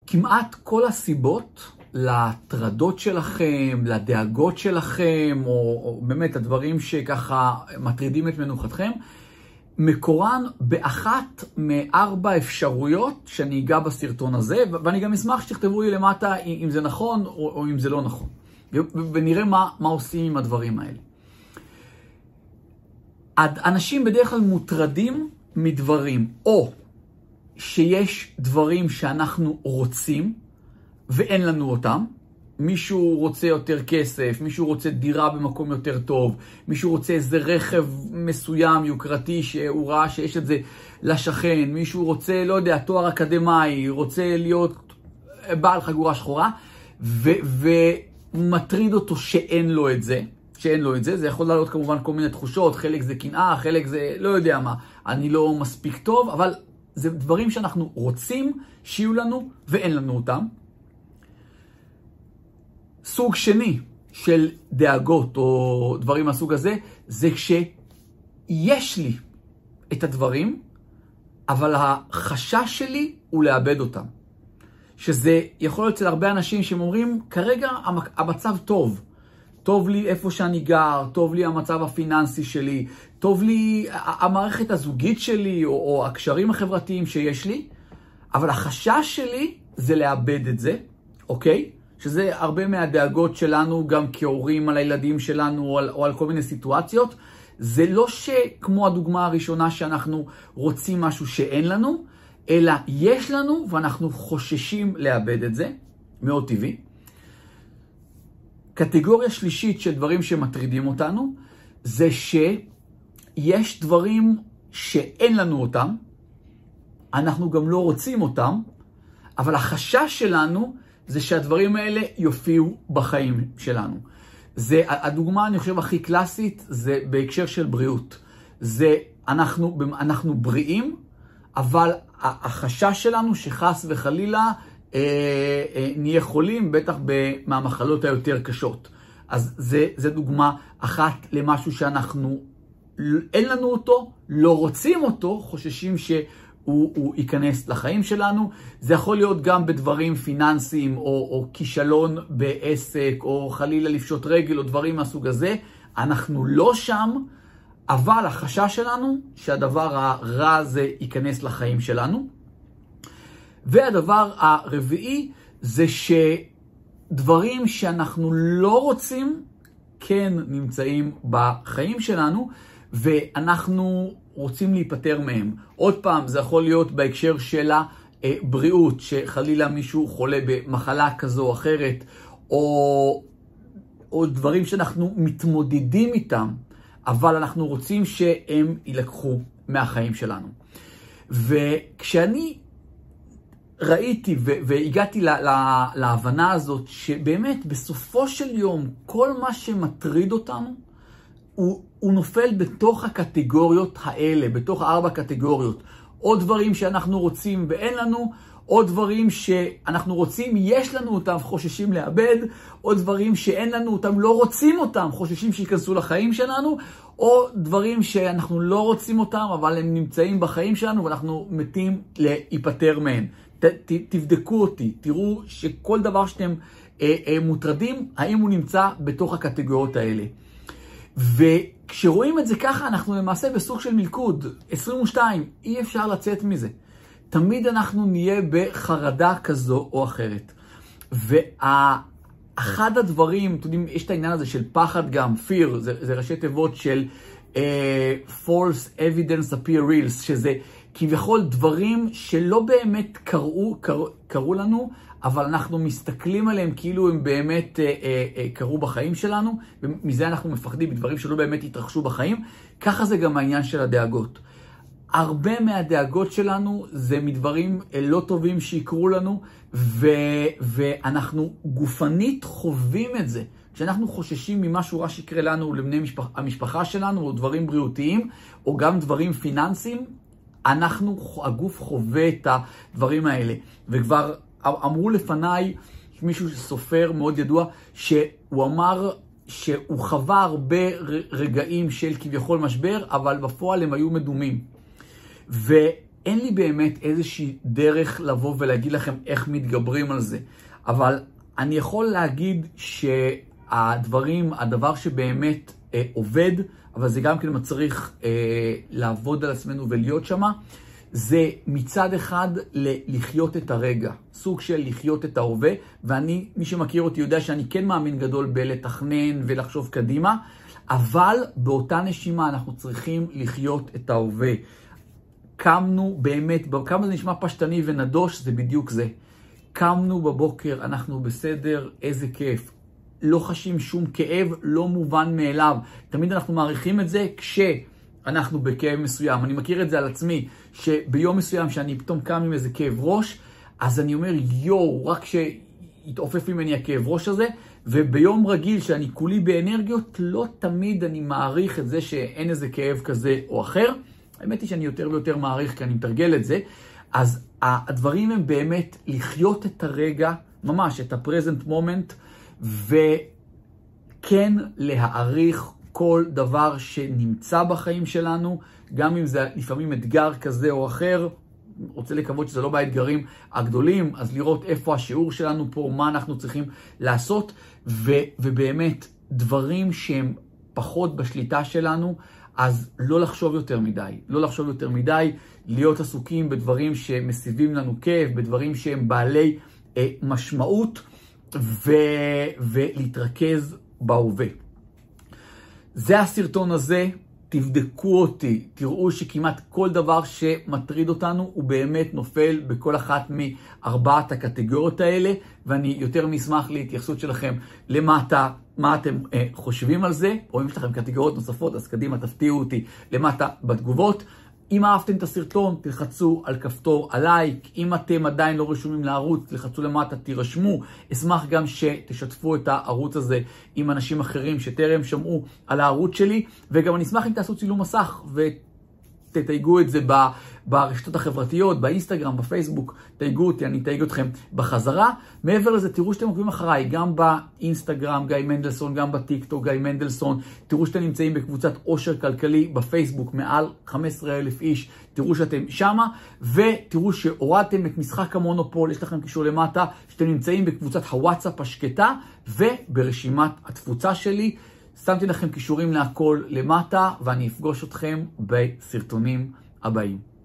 כמעט כל הסיבות לטרדות שלכם, לדאגות שלכם, או באמת הדברים שככה מטרידים את מנוחתכם, מקורן באחת מארבע אפשרויות שאני אגע בסרטון הזה, ואני גם אשמח שתכתבו לי למטה אם זה נכון או אם זה לא נכון. ונראה מה עושים עם הדברים האלה. אנשים בדרך כלל מוטרדים מדברים, או שיש דברים שאנחנו רוצים ואין לנו אותם. מישהו רוצה יותר כסף, מישהו רוצה דירה במקום יותר טוב, מישהו רוצה איזה רכב מסוים, יוקרתי, שהוא ראה שיש את זה לשכן, מישהו רוצה, לא יודע, תואר אקדמי, רוצה להיות בעל חגורה שחורה, ומטריד אותו שאין לו את זה. זה יכול לעלות כמובן כל מיני תחושות, חלק זה קנאה, חלק זה לא יודע מה, אני לא מספיק טוב, אבל זה דברים שאנחנו רוצים שיהיו לנו ואין לנו אותם. סוג שני של דאגות או דברים מהסוג הזה, זה כשיש לי את הדברים, אבל החשש שלי הוא לאבד אותם. שזה יכול להיות אצל הרבה אנשים שהם אומרים, כרגע המצב טוב. טוב לי איפה שאני גר, טוב לי המצב הפיננסי שלי, טוב לי המערכת הזוגית שלי או הקשרים החברתיים שיש לי, אבל החשש שלי זה לאבד את זה, אוקיי? שזה הרבה מהדאגות שלנו גם כהורים על הילדים שלנו או על כל מיני סיטואציות. זה לא שכמו הדוגמה הראשונה שאנחנו רוצים משהו שאין לנו, אלא יש לנו ואנחנו חוששים לאבד את זה, מאוד טבעי. קטגוריה שלישית של דברים שמטרידים אותנו, זה שיש דברים שאין לנו אותם, אנחנו גם לא רוצים אותם, אבל החשש שלנו זה שהדברים האלה יופיעו בחיים שלנו. זה הדוגמה, אני חושב, הכי קלאסית, זה בהקשר של בריאות. זה אנחנו בריאים, אבל החשש שלנו שחס וחלילה נהיה חולים, בטח מהמחלות היותר קשות. אז זה דוגמה אחת למשהו שאנחנו, אין לנו אותו, לא רוצים אותו, חוששים שהוא ייכנס לחיים שלנו. זה יכול להיות גם בדברים פיננסיים, או כישלון בעסק, או חלילה לפשוט רגל, או דברים מהסוג הזה. אנחנו לא שם, אבל החשש שלנו שהדבר הרע הזה ייכנס לחיים שלנו. והדבר הרביעי זה שדברים שאנחנו לא רוצים כן נמצאים בחיים שלנו, ואנחנו רוצים להיפטר מהם. עוד פעם, זה יכול להיות בהקשר של הבריאות, שחלילה מישהו חולה במחלה כזו או אחרת, או דברים שאנחנו מתמודדים איתם, אבל אנחנו רוצים שהם יילקחו מהחיים שלנו. וכשאני ראיתי והגעתי להבנה הזאת, שבאמת בסופו של יום, כל מה שמטריד אותנו, הוא נופל בתוך הקטגוריות האלה, בתוך 4 קטגוריות. או דברים שאנחנו רוצים ואין לנו, או דברים שאנחנו רוצים, יש לנו אותם, חוששים לאבד, או דברים שאין לנו אותם, לא רוצים אותם, חוששים שיכנסו לחיים שלנו, או דברים שאנחנו לא רוצים אותם, אבל הם נמצאים בחיים שלנו, ואנחנו מתים להיפטר מהם. תבדקו אותי, תראו שכל דבר שאתם מוטרדים, האם הוא נמצא בתוך הקטגוריות האלה. וכשרואים את זה ככה, אנחנו למעשה בסוג של מלכוד, 22, אי אפשר לצאת מזה. תמיד אנחנו נהיה בחרדה כזו או אחרת. ואחד הדברים, אתם יודעים, יש את העניין הזה של פחד גם, fear, זה ראשי תיבות של false evidence appear real, שזה כביכול דברים שלא באמת קרו לנו, אבל אנחנו מסתכלים עליהם כאילו הם באמת קרו בחיים שלנו, ומזה אנחנו מפחדים בדברים שלא באמת התרחשו בחיים. ככה זה גם העניין של הדאגות. הרבה מהדאגות שלנו זה מדברים לא טובים שיקרו לנו, ואנחנו גופנית חווים את זה. כשאנחנו חוששים ממשהו רע שיקרה לנו או לבני המשפחה שלנו, או דברים בריאותיים, או גם דברים פיננסיים, הגוף חווה את הדברים האלה. וכבר אמרו לפניי, מישהו סופר מאוד ידוע, שהוא אמר שהוא חווה הרבה רגעים של כביכול משבר, אבל בפועל הם היו מדומים. אין לי באמת איזושהי דרך לבוא ולהגיד לכם איך מתגברים על זה. אבל אני יכול להגיד הדבר שבאמת עובד, אבל זה גם כן מצריך לעבוד על עצמנו ולהיות שמה, זה מצד אחד לחיות את הרגע, סוג של לחיות את ההווה, ואני, מי שמכיר אותי יודע שאני כן מאמין גדול בלתכנן ולחשוב קדימה, אבל באותה נשימה אנחנו צריכים לחיות את ההווה. קמנו באמת, כמה זה נשמע פשטני ונדוש, זה בדיוק זה. קמנו בבוקר, אנחנו בסדר, איזה כיף. לא חשים שום כאב, לא מובן מאליו. תמיד אנחנו מעריכים את זה כשאנחנו בכאב מסוים. אני מכיר את זה על עצמי, שביום מסוים שאני פתאום קם עם איזה כאב ראש, אז אני אומר, רק שהתעופף ממני הכאב ראש הזה, וביום רגיל שאני כולי באנרגיות, לא תמיד אני מעריך את זה שאין איזה כאב כזה או אחר. האמת היא שאני יותר ויותר מעריך כי אני מתרגל את זה. אז הדברים הם באמת לחיות את הרגע, ממש את ה-present moment, וכן להעריך כל דבר שנמצא בחיים שלנו, גם אם זה לפעמים אתגר כזה או אחר. רוצה לקוות שזה לא באתגרים הגדולים, אז לראות איפה השיעור שלנו פה, מה אנחנו צריכים לעשות, ובאמת דברים שהם פחות בשליטה שלנו, אז לא לחשוב יותר מדי, להיות עסוקים בדברים שמסיבים לנו כיף, בדברים שהם בעלי משמעות, ולהתרכז בהווה. זה הסרטון הזה, תבדקו אותי, תראו שכמעט כל דבר שמטריד אותנו הוא באמת נופל בכל אחת מארבעת הקטגוריות האלה, ואני יותר משמח להתייחסות שלכם למטה, מה אתם חושבים על זה, או אם יש לכם קטגוריות נוספות, אז קדימה תפתיעו אותי למטה בתגובות. אם אהבתם את הסרטון, תלחצו על כפתור הלייק. אם אתם עדיין לא רשומים לערוץ, תלחצו למטה, תירשמו. אשמח גם שתשתפו את הערוץ הזה עם אנשים אחרים שטרם שמעו על הערוץ שלי. וגם אני אשמח אם תעשו צילום מסך ותתייגו את זה ברשתות החברתיות, באינסטגרם, בפייסבוק. תייגו אותי, אני אתייג אתכם בחזרה. מעבר לזה, תראו שאתם עוקבים אחריי, גם באינסטגרם, גיא מנדלסון, גם בטיקטוק, גיא מנדלסון. תראו שאתם נמצאים בקבוצת עושר כלכלי בפייסבוק, מעל 15,000 איש. תראו שאתם שמה, ותראו שהורדתם את משחק המונופול, יש לכם קישור למטה, שאתם נמצאים בקבוצת הוואטסאפ השקטה, וברשימת התפוצה שלי. שמתי לכם קישורים להכל למטה, ואני אפגוש אתכם בסרטונים הבאים.